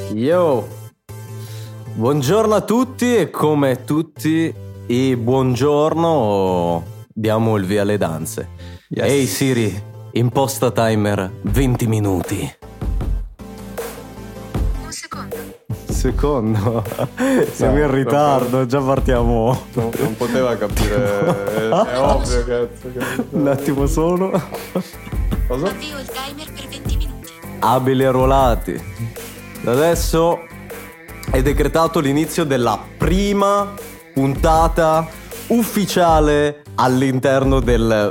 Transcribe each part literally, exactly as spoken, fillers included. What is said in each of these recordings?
Yo, buongiorno a tutti e come tutti i buongiorno diamo il via alle danze. Yes. Ehi Siri, imposta timer venti minuti. Un secondo. Secondo, siamo No, in ritardo, già partiamo. Non, non poteva capire, è, è ovvio, cazzo. Che... Un attimo solo. Cosa? Avvio il timer per venti minuti. Abili arruolati. Adesso è decretato l'inizio della prima puntata ufficiale all'interno del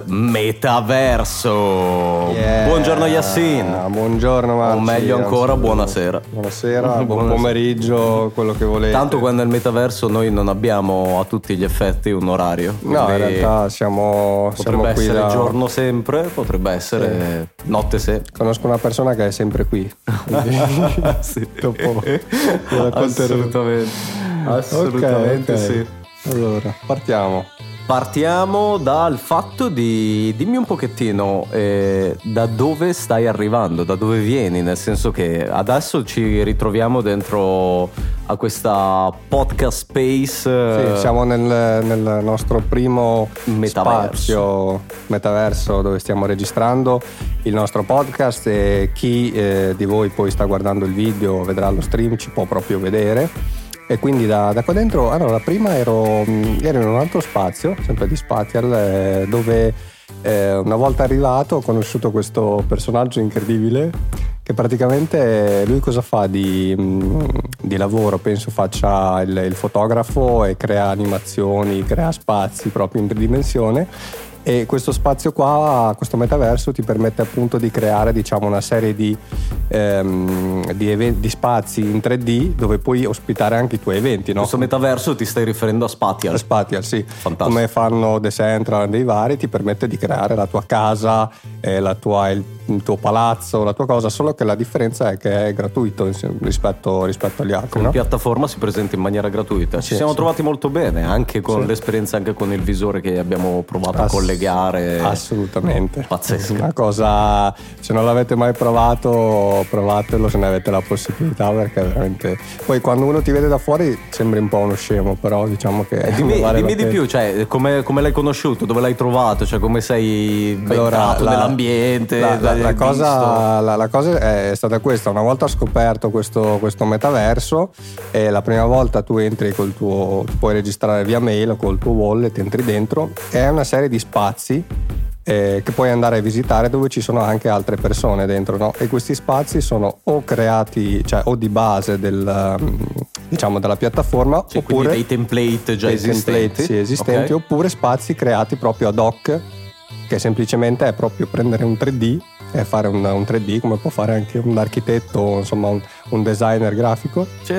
metaverso. Yeah. Buongiorno Yassin. Buongiorno Marci. O meglio ancora, anzi, buonasera. Buonasera, buon Buonasera. pomeriggio, quello che volete. Tanto quando è il metaverso noi non abbiamo a tutti gli effetti un orario. No, in quindi siamo, siamo potrebbe qui essere da... giorno sempre, potrebbe essere notte se. Conosco una persona che è sempre qui. Quindi... Sì. Dopo vi racconterò. Assolutamente. Assolutamente Ok, ok. sì. Allora, partiamo. Partiamo dal fatto di dimmi un pochettino eh, da dove stai arrivando, da dove vieni, nel senso che adesso ci ritroviamo dentro a questa podcast space. Sì, siamo nel, nel nostro primo Metaverso. spazio metaverso dove stiamo registrando il nostro podcast e chi eh, di voi poi sta guardando il video vedrà lo stream, ci può proprio vedere. E quindi da, da qua dentro, allora prima ero, ero in un altro spazio, sempre di Spatial, eh, dove eh, una volta arrivato ho conosciuto questo personaggio incredibile che praticamente lui cosa fa di, di lavoro? Penso faccia il, il fotografo e crea animazioni, crea spazi proprio in tridimensione. E questo spazio qua, questo metaverso ti permette appunto di creare, diciamo, una serie di, ehm, di, eventi, di spazi in tre D dove puoi ospitare anche i tuoi eventi, no? Questo metaverso ti stai riferendo a Spatial? A Spatial, sì. Fantastico. Come fanno Decentraland dei vari, ti permette di creare la tua casa, eh, la tua, il, il tuo palazzo, la tua cosa, solo che la differenza è che è gratuito rispetto, rispetto agli altri, Come no? piattaforma si presenta in maniera gratuita. Ci Sì, siamo sì. trovati molto bene, anche con Sì. l'esperienza, anche con il visore che abbiamo provato a Ass- collegare. Assolutamente. Pazzesco. Una cosa, se non l'avete mai provato, provatelo se ne avete la possibilità, perché veramente. Poi quando uno ti vede da fuori sembri un po' uno scemo, però diciamo che. Dimmi, vale dimmi la di pena. più, cioè come, come l'hai conosciuto, dove l'hai trovato, cioè come sei Allora, entrato la- nell'ambiente. La, la- l'hai la visto? cosa, la, la cosa è stata questa: una volta scoperto questo, questo metaverso, e la prima volta tu entri col tuo, tu puoi registrare via mail o col tuo wallet, entri dentro, e è una serie di spazi eh, che puoi andare a visitare dove ci sono anche altre persone dentro, no? E questi spazi sono o creati, cioè o di base del, diciamo, della piattaforma, Cioè, quindi oppure dei template già dei esistenti, template, sì, esistenti, ok? oppure spazi creati proprio ad hoc, che semplicemente è proprio prendere un tre D e fare un, un tre D come può fare anche un architetto, insomma un, un designer grafico, Sì,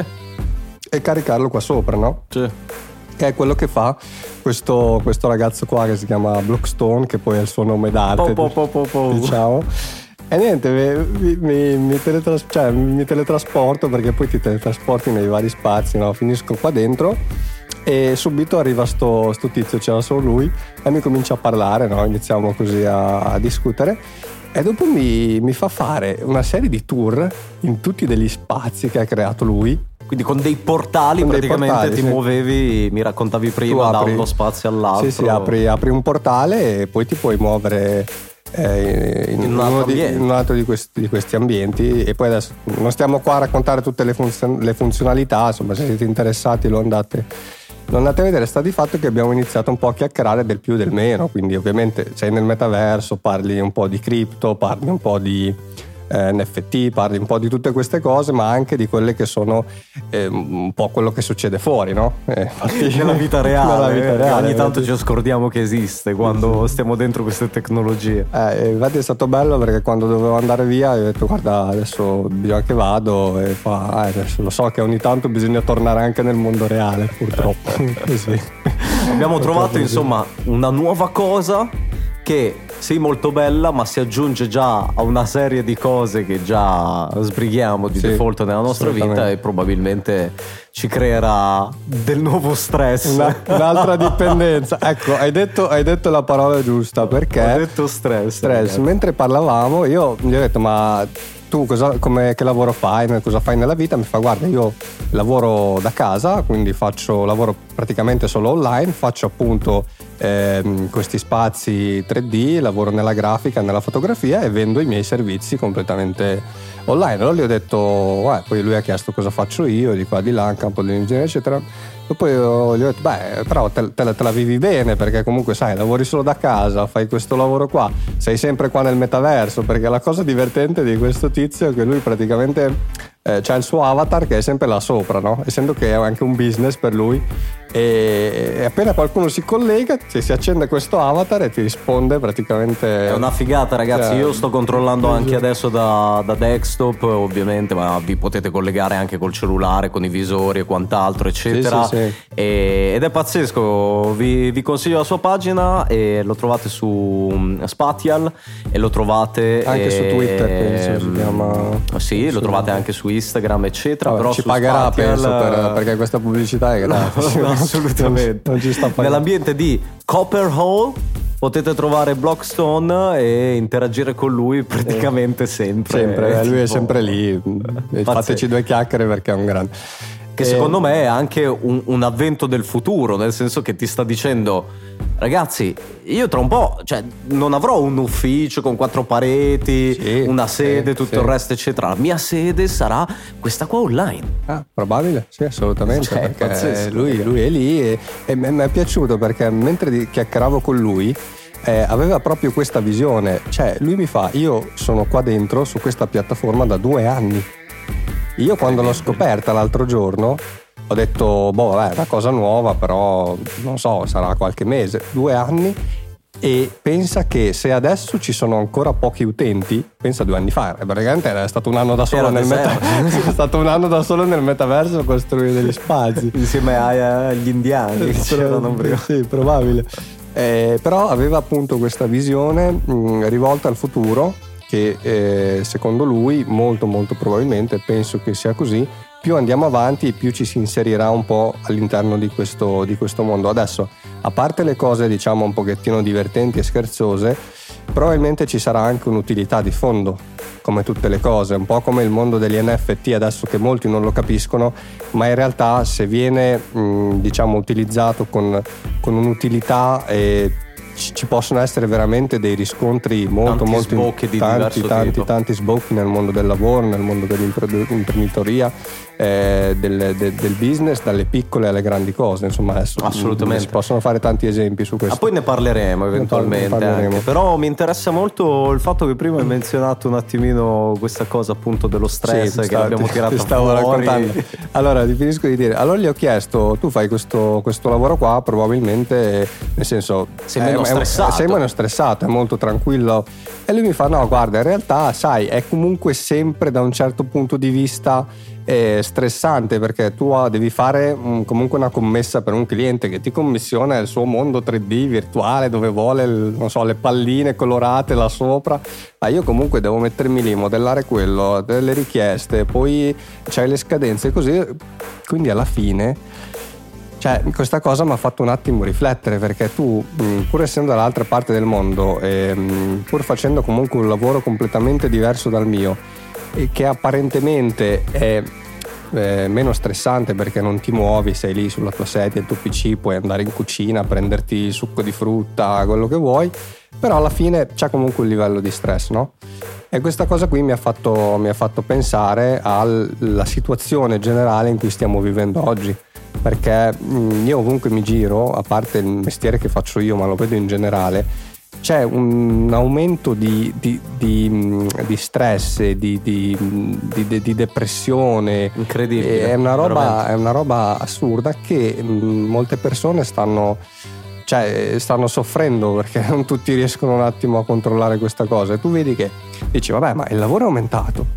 e caricarlo qua sopra, no? sì. Che è quello che fa questo, questo ragazzo qua che si chiama Blockstone, che poi è il suo nome d'arte, Po, po, po, po, po. diciamo. E niente, mi, mi, mi, teletras- cioè, mi teletrasporto, perché poi ti teletrasporti nei vari spazi, no? Finisco qua dentro e subito arriva sto, sto tizio, c'era solo lui, e mi comincia a parlare, no? Iniziamo così a, a discutere, e dopo mi, mi fa fare una serie di tour in tutti degli spazi che ha creato lui. Quindi con dei portali Con dei praticamente portali, ti sì. muovevi, mi raccontavi prima, Tu da apri- uno spazio all'altro. Sì, sì, apri, apri un portale e poi ti puoi muovere eh, in, In un uno altro di, ambiente. in un altro di questi, di questi ambienti. E poi adesso non stiamo qua a raccontare tutte le, funzion- le funzionalità, insomma, se siete interessati lo andate, lo andate a vedere. Sta di fatto che abbiamo iniziato un po' a chiacchierare del più e del meno, quindi ovviamente sei nel metaverso, parli un po' di cripto, parli un po' di eh, N F T, parli un po' di tutte queste cose, ma anche di quelle che sono eh, un po' quello che succede fuori, no? Eh, infatti, Nella vita reale, nella vita eh, reale, ogni tanto infatti. ci scordiamo che esiste quando stiamo dentro queste tecnologie. Eh, infatti è stato bello, perché quando dovevo andare via ho detto guarda, adesso bisogna che vado, e fa eh, adesso lo so che ogni tanto bisogna tornare anche nel mondo reale, purtroppo. Così. Abbiamo trovato Purtroppo insomma una nuova cosa che sì, molto bella, ma si aggiunge già a una serie di cose che già sbrighiamo di Sì, default nella nostra vita, assolutamente. e probabilmente ci creerà del nuovo stress. Una- un'altra dipendenza. Ecco, hai detto, hai detto la parola giusta, perché Ho detto stress. stress. ragazzi. Mentre parlavamo io gli ho detto ma tu cosa, come, che lavoro fai, cosa fai nella vita? Mi fa guarda, io lavoro da casa, quindi faccio lavoro praticamente solo online, faccio appunto ehm, questi spazi tre D, lavoro nella grafica, nella fotografia e vendo i miei servizi completamente online. Allora gli ho detto, eh, poi lui ha chiesto cosa faccio io, di qua di là, in campo dell'ingegneria eccetera. E poi io gli ho detto, beh, però te, te, la, te la vivi bene, perché comunque sai, lavori solo da casa, fai questo lavoro qua, sei sempre qua nel metaverso, perché la cosa divertente di questo tizio è che lui praticamente eh, c'ha il suo avatar che è sempre là sopra, no? Essendo che è anche un business per lui, e, e appena qualcuno si collega si, si accende questo avatar e ti risponde praticamente. È una figata, ragazzi. Cioè, io sto controllando anche adesso da, da desktop, ovviamente, ma vi potete collegare anche col cellulare, con i visori e quant'altro eccetera. Sì, sì, sì. E, ed è pazzesco. Vi, vi consiglio la sua pagina, e lo trovate su um, Spatial, e lo trovate anche e, su Twitter, penso si chiama. Sì, lo trovate anche su Instagram eccetera. Vabbè, però ci su pagherà Spatial, penso per, perché questa pubblicità è gratis. no, assolutamente. Non ci sta pagando. Nell'ambiente di Copper Hall potete trovare Blockstone e interagire con lui praticamente sempre. Sempre, È lui tipo- è sempre lì. Fateci due chiacchiere perché è un grande. Che secondo me è anche un, un avvento del futuro, nel senso che ti sta dicendo, ragazzi, io tra un po', cioè, non avrò un ufficio con quattro pareti, Sì, una sede, sì, tutto sì. il resto eccetera. La mia sede sarà questa qua online. Ah, probabile, sì, assolutamente. Cioè, è perché pazzesco, lui, ragazzi. lui è lì e, e mi è piaciuto perché mentre di- chiacchieravo con lui eh, aveva proprio questa visione. Cioè, lui mi fa, io sono qua dentro su questa piattaforma da due anni. Io quando l'ho scoperta l'altro giorno ho detto, boh, vabbè, è una cosa nuova, però non so, sarà qualche mese, due anni. E pensa che se adesso ci sono ancora pochi utenti, pensa due anni fa, praticamente era stato un anno da solo Era nel deserto. metaverso, è stato un anno da solo nel metaverso a costruire degli spazi. Insieme ai- agli indiani che c'erano prima. Sì, probabile. Eh, però aveva appunto questa visione mh, rivolta al futuro che eh, secondo lui molto molto probabilmente, penso che sia così, più andiamo avanti più ci si inserirà un po' all'interno di questo, di questo mondo. Adesso, a parte le cose diciamo un pochettino divertenti e scherzose, probabilmente ci sarà anche un'utilità di fondo, come tutte le cose, un po' come il mondo degli N F T adesso, che molti non lo capiscono, ma in realtà se viene mh, diciamo utilizzato con, con un'utilità eh, ci, ci possono essere veramente dei riscontri molto Tanti molto sbocchi di tanti diverso tanti tipo. tanti sbocchi nel mondo del lavoro, nel mondo dell'imprenditoria, eh, del, del, del business, dalle piccole alle grandi cose, insomma adesso Assolutamente. si possono fare tanti esempi su questo. Ma poi ne parleremo eventualmente, Ne parleremo. anche. Però mi interessa molto il fatto che prima hai menzionato un attimino questa cosa appunto dello stress, Sì, che stavo- l'abbiamo ti tirata stavo fuori. raccontando. Allora ti finisco di dire, allora gli ho chiesto, tu fai questo, questo lavoro qua, probabilmente, nel senso Sei meno è- è- stressato. sei meno stressato, è molto tranquillo. E lui mi fa, no guarda, in realtà sai, è comunque sempre da un certo punto di vista eh, stressante, perché tu ah, devi fare mm, comunque una commessa per un cliente che ti commissiona il suo mondo tre D virtuale dove vuole il- non so, le palline colorate là sopra, ma io comunque devo mettermi lì, modellare quello, delle richieste, poi c'hai le scadenze così, quindi alla fine cioè questa cosa mi ha fatto un attimo riflettere, perché tu mh, pur essendo dall'altra parte del mondo e mh, pur facendo comunque un lavoro completamente diverso dal mio e che apparentemente è eh, meno stressante perché non ti muovi, sei lì sulla tua sedia, il tuo P C, puoi andare in cucina, prenderti il succo di frutta, quello che vuoi, però alla fine c'è comunque un livello di stress, no? E questa cosa qui mi ha fatto, mi ha fatto pensare alla situazione generale in cui stiamo vivendo oggi, perché mh, io ovunque mi giro, a parte il mestiere che faccio io, ma lo vedo in generale, c'è un aumento di, di, di, mh, di stress, di, di, di, di depressione. Incredibile, È una roba, veramente. è una roba assurda che mh, molte persone stanno, cioè, stanno soffrendo perché non tutti riescono un attimo a controllare questa cosa. E tu vedi che dici, vabbè, ma il lavoro è aumentato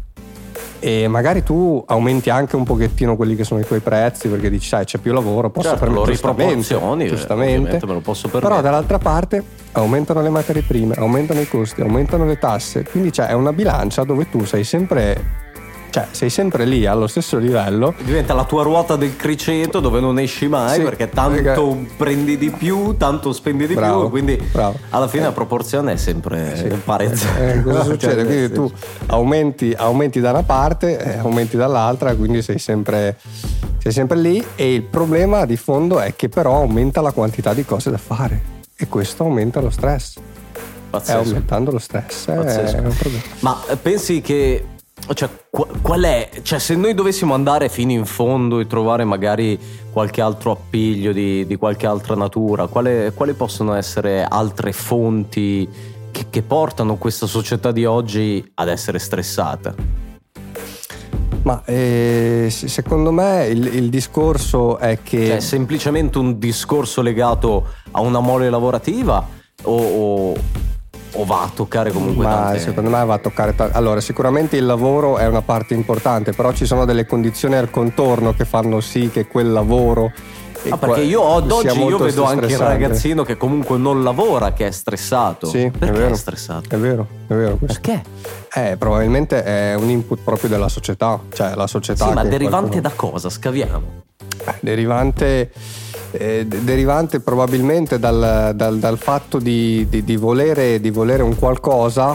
e magari tu aumenti anche un pochettino quelli che sono i tuoi prezzi perché dici, sai, c'è più lavoro, posso Certo, lo permettere, giustamente, riproporzioni, eh, giustamente. ovviamente me lo posso Però permettere. dall'altra parte aumentano le materie prime, aumentano i costi, aumentano le tasse, quindi c'è, è una bilancia dove tu sei sempre Cioè sei sempre lì allo stesso livello. Diventa la tua ruota del criceto dove non esci mai, sì, perché tanto perché... prendi di più, tanto spendi di bravo, più, quindi bravo. alla fine eh. la proporzione è sempre sì. pareggiata. Eh, cosa succede? Quindi tu aumenti, aumenti da una parte, eh, aumenti dall'altra, quindi sei sempre, sei sempre lì, e il problema di fondo è che però aumenta la quantità di cose da fare e questo aumenta lo stress. Pazzesco. E aumentando lo stress è un problema. Ma pensi che Cioè, qual è? Cioè, se noi dovessimo andare fino in fondo e trovare magari qualche altro appiglio di, di qualche altra natura, quale, quali possono essere altre fonti che, che portano questa società di oggi ad essere stressata? Ma eh, secondo me il, il discorso è che... Cioè, è semplicemente un discorso legato a una mole lavorativa o... o... o va a toccare comunque ma tante... secondo me va a toccare t- allora sicuramente il lavoro è una parte importante, però ci sono delle condizioni al contorno che fanno sì che quel lavoro ah, perché io ad oggi io vedo anche il ragazzino che comunque non lavora che è stressato. Sì, perché è, vero, è stressato? È vero, è vero questo. Perché? Eh, probabilmente è un input proprio della società, cioè la società sì, ma derivante qualcuno... da cosa? Scaviamo. Eh, derivante Eh, derivante probabilmente dal, dal, dal fatto di, di, di, volere, di volere un qualcosa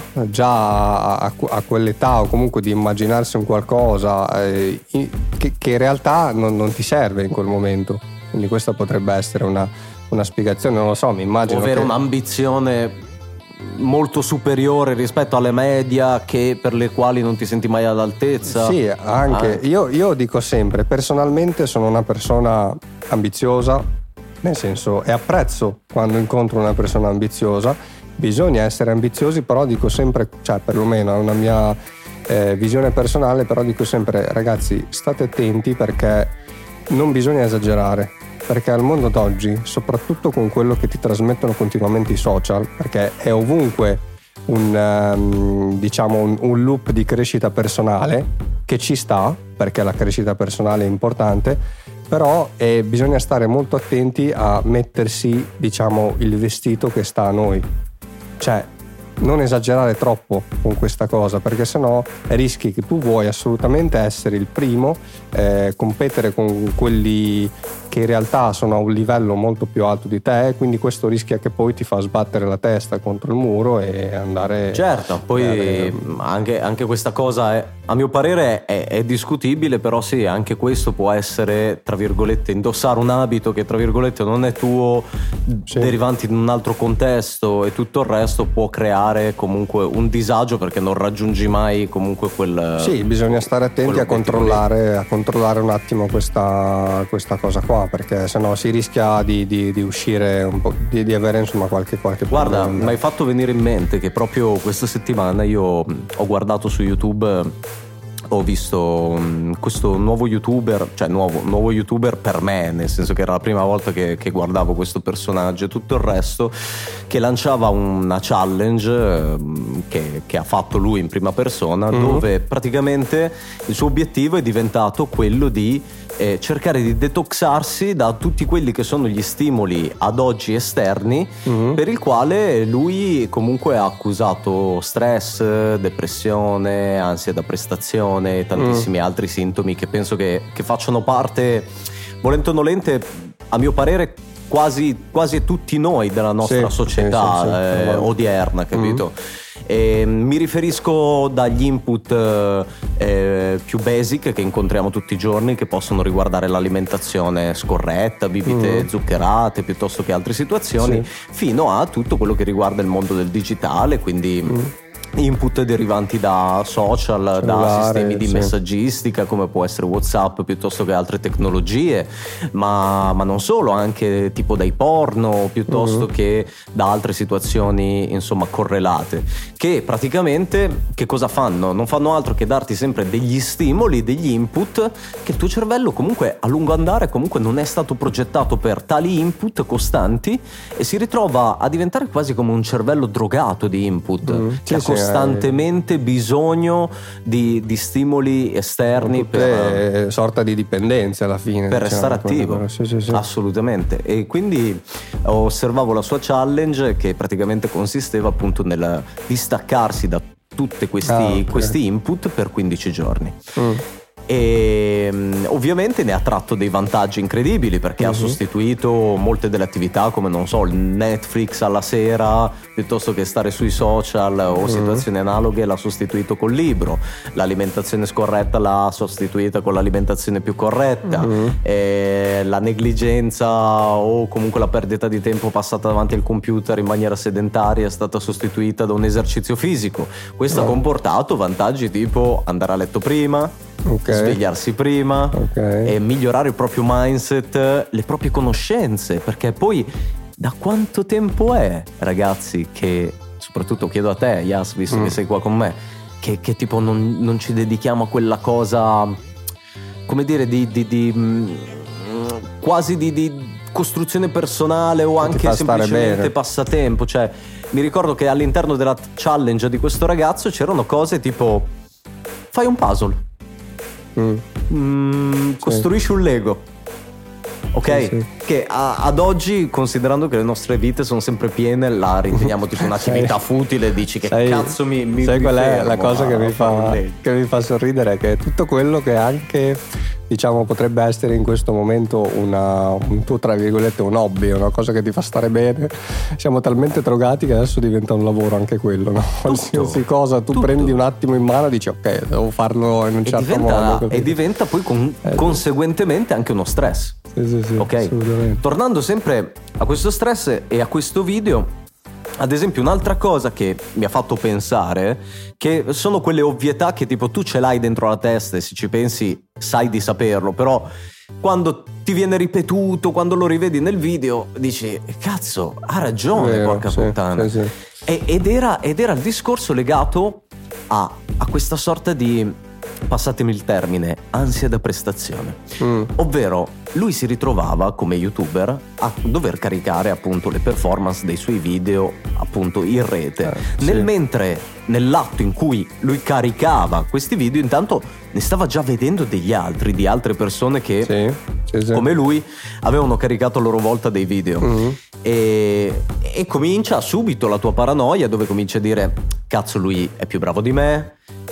già a, a quell'età, o comunque di immaginarsi un qualcosa eh, che, che in realtà non, non ti serve in quel momento. Quindi questa potrebbe essere una, una spiegazione, non lo so, mi immagino. Ovvero che... un'ambizione molto superiore rispetto alle media, che per le quali non ti senti mai all'altezza. Sì, anche ah. io, io dico sempre, personalmente sono una persona ambiziosa, nel senso, e apprezzo quando incontro una persona ambiziosa. Bisogna essere ambiziosi, però dico sempre, cioè perlomeno è una mia eh, visione personale, però dico sempre, ragazzi, state attenti perché non bisogna esagerare. Perché al mondo d'oggi, soprattutto con quello che ti trasmettono continuamente i social, perché è ovunque un, um, diciamo un, un loop di crescita personale che ci sta, perché la crescita personale è importante, però eh, bisogna stare molto attenti a mettersi, diciamo, il vestito che sta a noi. Cioè, non esagerare troppo con questa cosa, perché sennò rischi che tu vuoi assolutamente essere il primo, eh, competere con quelli che in realtà sono a un livello molto più alto di te, quindi questo rischia che poi ti fa sbattere la testa contro il muro e andare... Certo, poi eh, anche, anche questa cosa è, a mio parere è, è discutibile, però sì, anche questo può essere, tra virgolette, indossare un abito che tra virgolette non è tuo, sì, derivanti da un altro contesto, e tutto il resto può creare comunque un disagio perché non raggiungi mai comunque quel... Sì, bisogna stare attenti a controllare, a controllare un attimo questa, questa cosa qua, perché sennò si rischia di, di, di uscire un po', di, di avere insomma qualche qualche guarda problema. Mi hai fatto venire in mente che proprio questa settimana io ho guardato su YouTube, ho visto um, questo nuovo youtuber, cioè nuovo, nuovo youtuber per me, nel senso che era la prima volta che, che guardavo questo personaggio e tutto il resto, che lanciava una challenge um, che, che ha fatto lui in prima persona, mm-hmm. dove praticamente il suo obiettivo è diventato quello di eh, cercare di detoxarsi da tutti quelli che sono gli stimoli ad oggi esterni, mm-hmm. per il quale lui comunque ha accusato stress, depressione, ansia da prestazione e tantissimi mm. altri sintomi che penso che, che facciano parte, volente o nolente, a mio parere quasi, quasi tutti noi della nostra sì, società sì, sì, sì, eh, odierna, capito? Mm. E mi riferisco dagli input eh, più basic che incontriamo tutti i giorni, che possono riguardare l'alimentazione scorretta, bibite mm. zuccherate, piuttosto che altre situazioni, sì. fino a tutto quello che riguarda il mondo del digitale, quindi mm. input derivanti da social, cellulare, da sistemi di sì. messaggistica come può essere WhatsApp, piuttosto che altre tecnologie, ma, ma non solo, anche tipo dai porno, piuttosto mm. che da altre situazioni insomma correlate, che praticamente che cosa fanno? Non fanno altro che darti sempre degli stimoli, degli input che il tuo cervello comunque a lungo andare comunque non è stato progettato per tali input costanti, e si ritrova a diventare quasi come un cervello drogato di input mm. che sì, ha costantemente bisogno di, di stimoli esterni per sorta di dipendenza alla fine, per diciamo, restare attivo. Sì, sì, sì. Assolutamente. E quindi osservavo la sua challenge, che praticamente consisteva appunto nel distaccarsi da tutti questi, ah, okay. questi input per quindici giorni. Mm. E ovviamente ne ha tratto dei vantaggi incredibili, perché uh-huh. ha sostituito molte delle attività, come non so, il Netflix alla sera piuttosto che stare sui social o uh-huh. situazioni analoghe, l'ha sostituito col libro. L'alimentazione scorretta l'ha sostituita con l'alimentazione più corretta. Uh-huh. E la negligenza o comunque la perdita di tempo passata davanti al computer in maniera sedentaria è stata sostituita da un esercizio fisico. Questo uh-huh. ha comportato vantaggi tipo andare a letto prima, okay. svegliarsi prima, okay. e migliorare il proprio mindset, le proprie conoscenze, perché poi da quanto tempo è, ragazzi, che soprattutto chiedo a te, Yas, visto mm. che sei qua con me, che, che tipo non, non ci dedichiamo a quella cosa, come dire, di, di, di mh, quasi di, di costruzione personale o che anche semplicemente passatempo. Cioè, mi ricordo che all'interno della challenge di questo ragazzo c'erano cose tipo: fai un puzzle, Mm. Mm, sì. costruisci un Lego, ok? Sì, sì. Che a, ad oggi, considerando che le nostre vite sono sempre piene, la riteniamo tipo un'attività futile. Dici che sai, cazzo mi, mi sai mi qual fermo, è la cosa che mi, fa, che mi fa sorridere? È che tutto quello che anche, diciamo, potrebbe essere in questo momento una, un tuo, tra virgolette, un hobby, una cosa che ti fa stare bene, siamo talmente drogati che adesso diventa un lavoro anche quello, no? Qualsiasi cosa tu tutto. prendi un attimo in mano e dici ok, devo farlo in un e certo diventa, modo così. E diventa poi con, eh, conseguentemente anche uno stress. Sì, sì, sì, ok? Tornando sempre a questo stress e a questo video, ad esempio, un'altra cosa che mi ha fatto pensare, che sono quelle ovvietà che tipo tu ce l'hai dentro la testa e se ci pensi sai di saperlo, però quando ti viene ripetuto, quando lo rivedi nel video, dici cazzo, ha ragione, vero, porca sì, puttana. Sì, sì. E, ed, era, ed era il discorso legato a, a questa sorta di, passatemi il termine, ansia da prestazione. Mm. Ovvero, lui si ritrovava come youtuber a dover caricare appunto le performance dei suoi video appunto in rete. Eh, Nel sì. mentre nell'atto in cui lui caricava questi video, intanto ne stava già vedendo degli altri, di altre persone che sì, sì, sì. come lui avevano caricato a loro volta dei video. Mm-hmm. E, e comincia subito la tua paranoia, dove cominci a dire cazzo, lui è più bravo di me,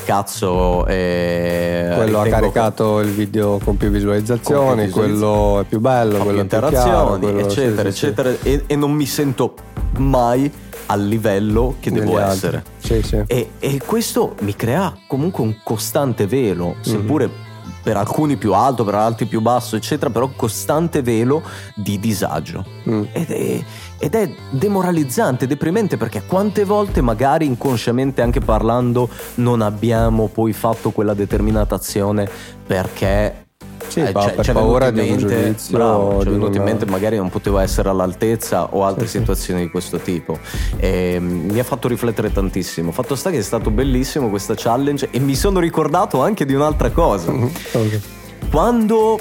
cazzo, eh, quello ha caricato il video con più visualizzazioni, con più quello è più bello, quello più interazioni, più chiaro, eccetera, sì, eccetera, sì. E, e non mi sento mai al livello che devo Negli essere. Sì, sì. E, e questo mi crea comunque un costante velo, seppure mm-hmm. per alcuni più alto, per altri più basso, eccetera, però costante velo di disagio. Mm. Ed è, ed è demoralizzante, deprimente, perché quante volte magari inconsciamente anche parlando non abbiamo poi fatto quella determinata azione perché sì, eh, cioè, per paura di un giudizio, bravo, ci è venuto una... in mente magari non poteva essere all'altezza o altre sì, situazioni sì. di questo tipo. E mi ha fatto riflettere tantissimo. Fatto sta che è stato bellissimo questa challenge e mi sono ricordato anche di un'altra cosa. Okay. Quando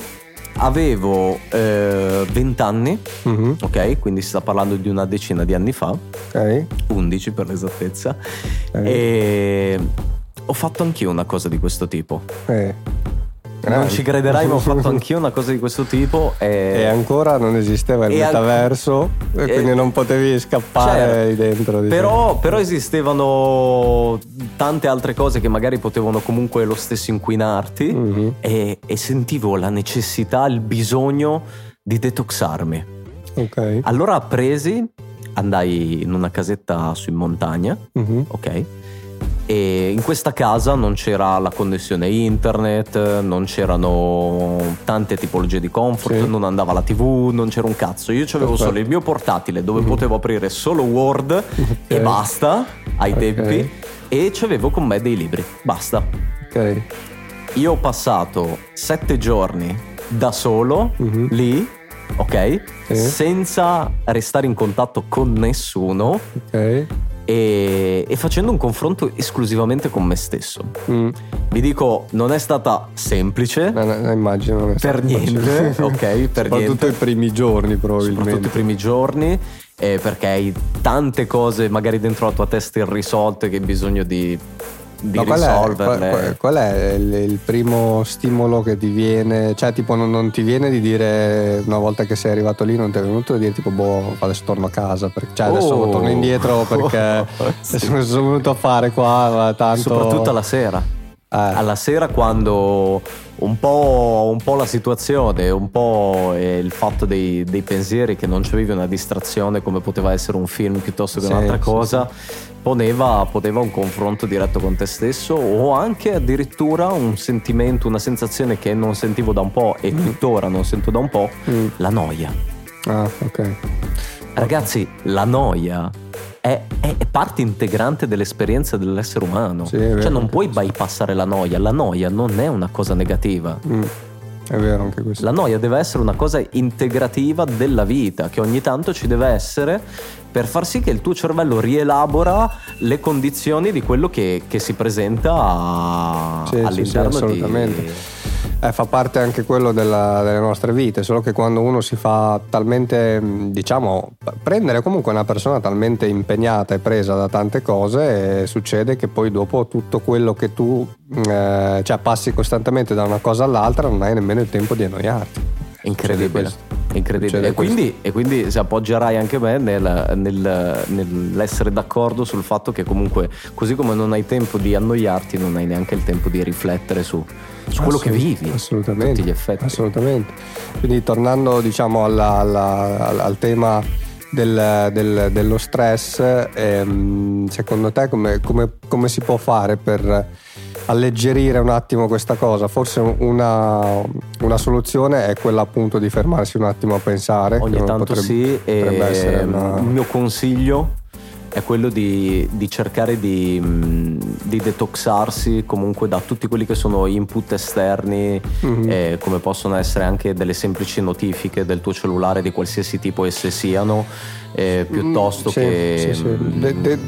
avevo venti anni, mm-hmm. ok, quindi si sta parlando di una decina di anni fa, okay. undici per l'esattezza, okay. e ho fatto anch'io una cosa di questo tipo. Eh. Non ci crederai, ma ho fatto anch'io una cosa di questo tipo e, e ancora non esisteva il metaverso al... e quindi e... non potevi scappare lì dentro, diciamo. però, però esistevano tante altre cose che magari potevano comunque lo stesso inquinarti, mm-hmm. e, e sentivo la necessità, il bisogno di detoxarmi. Ok. Allora presi, andai in una casetta su in montagna, mm-hmm. ok? E in questa casa non c'era la connessione internet, non c'erano tante tipologie di comfort, sì. non andava la tivù, non c'era un cazzo. Io avevo solo il mio portatile dove mm-hmm. potevo aprire solo Word, okay. e basta, ai okay. tempi, e c'avevo con me dei libri, basta. Ok. Io ho passato sette giorni da solo, mm-hmm. lì, ok, sì. senza restare in contatto con nessuno, ok. E, e facendo un confronto esclusivamente con me stesso. mm. Vi dico, non è stata semplice, no, no, immagino non è per niente, ok, per soprattutto niente. i primi giorni probabilmente soprattutto i primi giorni, eh, perché hai tante cose magari dentro la tua testa irrisolte che hai bisogno di di Ma qual è, risolverle. qual, qual è il, il primo stimolo che ti viene? Cioè, tipo, non, non ti viene di dire, una volta che sei arrivato lì, non ti è venuto di dire tipo, boh, adesso torno a casa, perché, cioè adesso Oh. torno indietro perché Sì. adesso sono venuto a fare qua, ma tanto... Soprattutto alla sera. Eh. Alla sera, quando un po', un po' la situazione, un po' eh, il fatto dei, dei pensieri, che non c'avevi una distrazione come poteva essere un film piuttosto che Sì, un'altra sì, cosa, poneva, poneva un confronto diretto con te stesso, o anche addirittura un sentimento, una sensazione che non sentivo da un po' e tuttora non sento da un po', Mm. la noia. Ah, ok. Ragazzi, la noia è, è- è parte integrante dell'esperienza dell'essere umano. Sì, è vero. Cioè non puoi bypassare la noia. La noia non è una cosa negativa. Mm. È vero anche questo. La noia deve essere una cosa integrativa della vita, che ogni tanto ci deve essere per far sì che il tuo cervello rielabora le condizioni di quello che, che si presenta a- Sì, sì, all'interno sì, assolutamente. di... Eh, fa parte anche quello della- delle nostre vite, solo che quando uno si fa talmente, mh, diciamo, prendere comunque una persona talmente impegnata e presa da tante cose, eh, succede che poi dopo tutto quello che tu mh, eh, cioè passi costantemente da una cosa all'altra, non hai nemmeno il tempo di annoiarti. Incredibile, Succede incredibile. Succede E quindi, e quindi si appoggerai anche me nel, nel- nell'essere d'accordo sul fatto che comunque, così come non hai tempo di annoiarti, non hai neanche il tempo di riflettere su, su quello che Assolut- vivi. assolutamente, a tutti gli effetti. assolutamente. Quindi tornando diciamo alla- alla- al, al tema del- del- dello stress, ehm, secondo te come, come- come si può fare per alleggerire un attimo questa cosa? Forse una, una soluzione è quella appunto di fermarsi un attimo a pensare. Ogni che tanto potrebbe- sì, potrebbe essere e una- il mio consiglio è quello di, di cercare di, mh, di detoxarsi comunque da tutti quelli che sono input esterni, Mhm. eh, come possono essere anche delle semplici notifiche del tuo cellulare di qualsiasi tipo esse siano, eh, piuttosto Sì, che sì, sì. mh, De- de-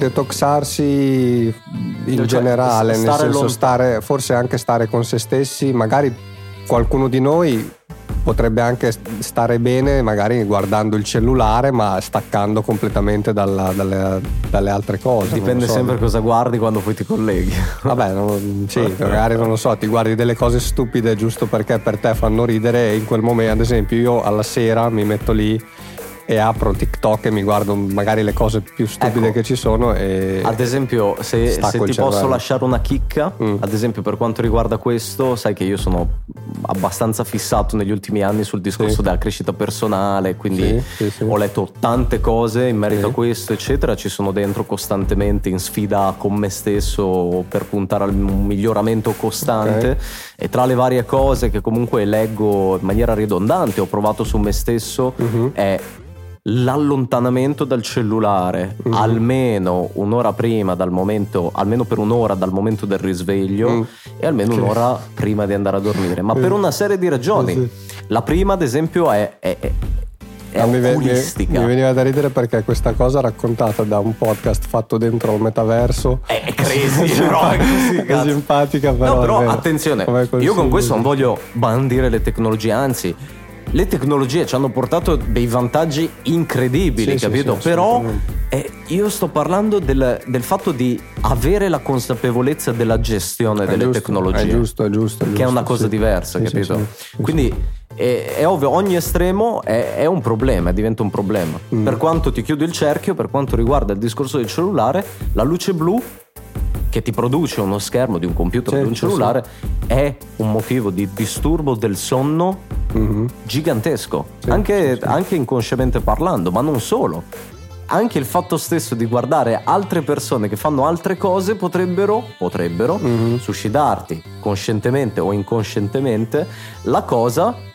detoxarsi in Cioè, generale, nel stare senso lontan- stare, forse anche stare con se stessi. Magari qualcuno di noi potrebbe anche stare bene magari guardando il cellulare, ma staccando completamente dalla- dalle, dalle altre cose. non dipende lo so. sempre cosa guardi quando poi ti colleghi. Vabbè, non- sì, magari non lo so, ti guardi delle cose stupide giusto perché per te fanno ridere, e in quel momento, ad esempio, io alla sera mi metto lì e apro TikTok e mi guardo magari le cose più stupide Ecco. che ci sono e Ad esempio, se, Stacco se il ti cervello. posso lasciare una chicca, Mm. ad esempio per quanto riguarda questo, sai che io sono abbastanza fissato negli ultimi anni sul discorso Sì. della crescita personale, quindi Sì, sì, sì. ho letto tante cose in merito Sì. a questo, eccetera. Ci sono dentro costantemente in sfida con me stesso per puntare al un miglioramento costante. Ok. E tra le varie cose che comunque leggo in maniera ridondante, ho provato su me stesso, Mhm. è l'allontanamento dal cellulare Mhm. almeno un'ora prima dal momento, almeno per un'ora dal momento del risveglio, Mm. e almeno Sì. un'ora prima di andare a dormire, ma per una serie di ragioni. Sì, La prima, ad esempio, è, è, è, è Ah, mi, ve- mi- oculistica. mi veniva da ridere perché questa cosa raccontata da un podcast fatto dentro il metaverso È, è crazy, però è così, è cazzo. simpatica, però No, è però vero. attenzione, Come io con consiglio. questo non voglio bandire le tecnologie, anzi, le tecnologie ci hanno portato dei vantaggi incredibili, Sì, sì, capito? sì, Però assolutamente. eh, io sto parlando del, del fatto di avere la consapevolezza della gestione È delle giusto, tecnologie, è giusto, è giusto, è che è giusto, una cosa sì. diversa, Sì, sì, capito? sì, sì, Quindi è, è ovvio, ogni estremo è, è un problema, diventa un problema. Mm. Per quanto ti chiudo il cerchio, per quanto riguarda il discorso del cellulare, la luce blu che ti produce uno schermo di un computer o Sì, di un sì, cellulare è un motivo di disturbo del sonno Mhm. gigantesco, Sì, anche, sì, sì. anche inconsciamente parlando, ma non solo. Anche il fatto stesso di guardare altre persone che fanno altre cose potrebbero, potrebbero Mhm. suscitarti conscientemente o inconscientemente la cosa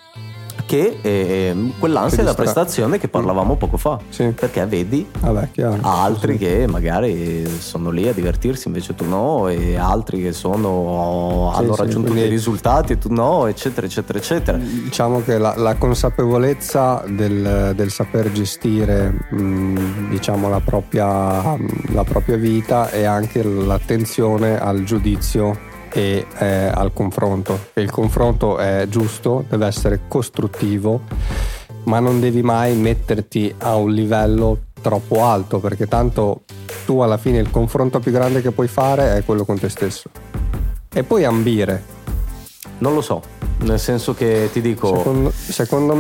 che è quell'ansia Che da distra- prestazione che parlavamo poco fa. Sì. Perché vedi Vabbè, chiaro. altri Sì, sì. che magari sono lì a divertirsi invece tu no, e altri che sono Sì, hanno sì, raggiunto quindi- dei risultati e tu no, eccetera eccetera eccetera. Diciamo che la, la consapevolezza del, del saper gestire mh, diciamo la propria, la propria vita e anche l'attenzione al giudizio e eh, al confronto. Il confronto è giusto, deve essere costruttivo, ma non devi mai metterti a un livello troppo alto, perché tanto tu alla fine il confronto più grande che puoi fare è quello con te stesso, e poi ambire. Non lo so, nel senso che ti dico, secondo, secondo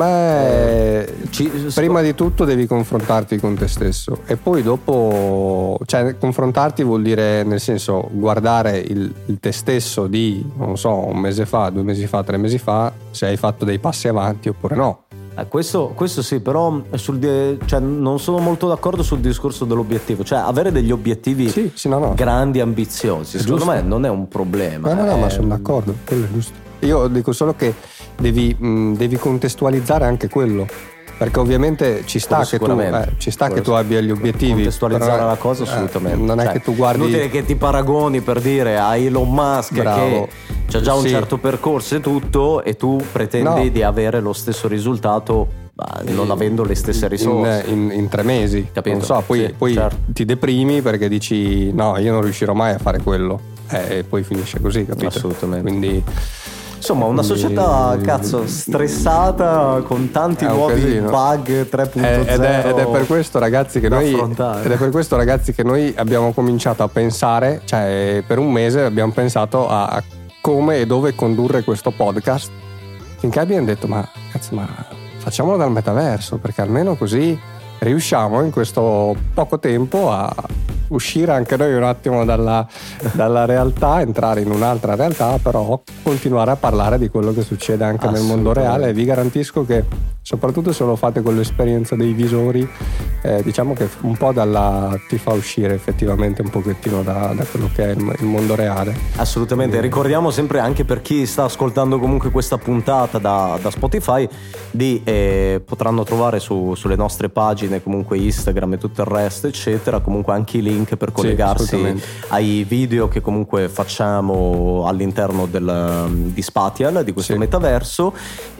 me eh, ci, prima di tutto devi confrontarti con te stesso, e poi dopo, cioè confrontarti vuol dire, nel senso, guardare il, il te stesso di, non so, un mese fa, due mesi fa, tre mesi fa, se hai fatto dei passi avanti oppure no. Eh, questo, questo sì, però sul, cioè, non sono molto d'accordo sul discorso dell'obiettivo, cioè avere degli obiettivi sì, sì, no, no. grandi, ambiziosi, È secondo giusto. me non è un problema. No, no, no, eh, ma sono d'accordo, quello è giusto. Io dico solo che devi, mh, devi contestualizzare anche quello, perché ovviamente ci sta che tu, eh, ci sta che tu abbia gli obiettivi. Contestualizzare però, la cosa, eh, assolutamente. non è cioè, che tu guardi. Inutile che ti paragoni, per dire, a Elon Musk, Bravo. che c'ha già un Sì. certo percorso e tutto, e tu pretendi No. di avere lo stesso risultato non avendo le stesse risorse in, in, in tre mesi, capito? Non so, poi, Sì, poi certo. ti deprimi perché dici no, io non riuscirò mai a fare quello, eh, e poi finisce così, capito? Assolutamente. Quindi insomma, una società cazzo stressata con tanti È un nuovi casino. bug tre punto zero ed, è, ed è per questo ragazzi che da noi affrontare. ed è per questo ragazzi che noi abbiamo cominciato a pensare, cioè per un mese abbiamo pensato a, a come e dove condurre questo podcast, finché abbiamo detto ma cazzo, ma facciamolo dal metaverso, perché almeno così riusciamo in questo poco tempo a uscire anche noi un attimo dalla, dalla realtà, entrare in un'altra realtà, però continuare a parlare di quello che succede anche nel mondo reale. E vi garantisco che soprattutto se lo fate con l'esperienza dei visori, eh, diciamo che un po' dalla, ti fa uscire effettivamente un pochettino da, da quello che è il, il mondo reale. Assolutamente. mm. Ricordiamo sempre, anche per chi sta ascoltando comunque questa puntata da, da Spotify, di eh, potranno trovare su, sulle nostre pagine, comunque Instagram e tutto il resto eccetera, comunque anche i link per collegarsi sì, ai video che comunque facciamo all'interno del, di Spatial, di questo sì. metaverso,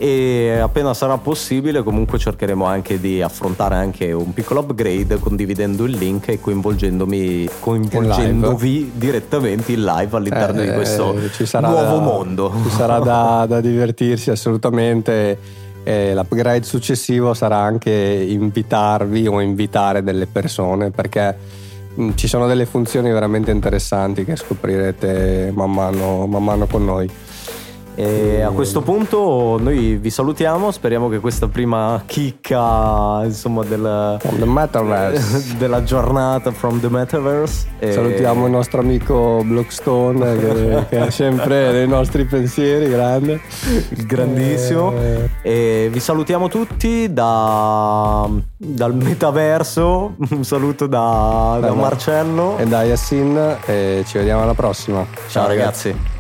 e appena sarà possibile comunque cercheremo anche di affrontare anche un piccolo upgrade, condividendo il link e coinvolgendomi coinvolgendovi direttamente in live all'interno eh, di questo ci sarà nuovo da, mondo. Ci sarà da, da divertirsi assolutamente. E l'upgrade successivo sarà anche invitarvi o invitare delle persone, perché mh, ci sono delle funzioni veramente interessanti che scoprirete man mano, man mano con noi. E a questo punto noi vi salutiamo, speriamo che questa prima chicca, insomma, del, From the Metaverse. della giornata from the Metaverse. E Salutiamo il nostro amico Blockstone che, che è sempre nei nostri pensieri, grande, grandissimo. Eh, E vi salutiamo tutti da, dal metaverso. Un saluto da, da da- Marcello. e da Yassin, e ci vediamo alla prossima. Ciao ragazzi.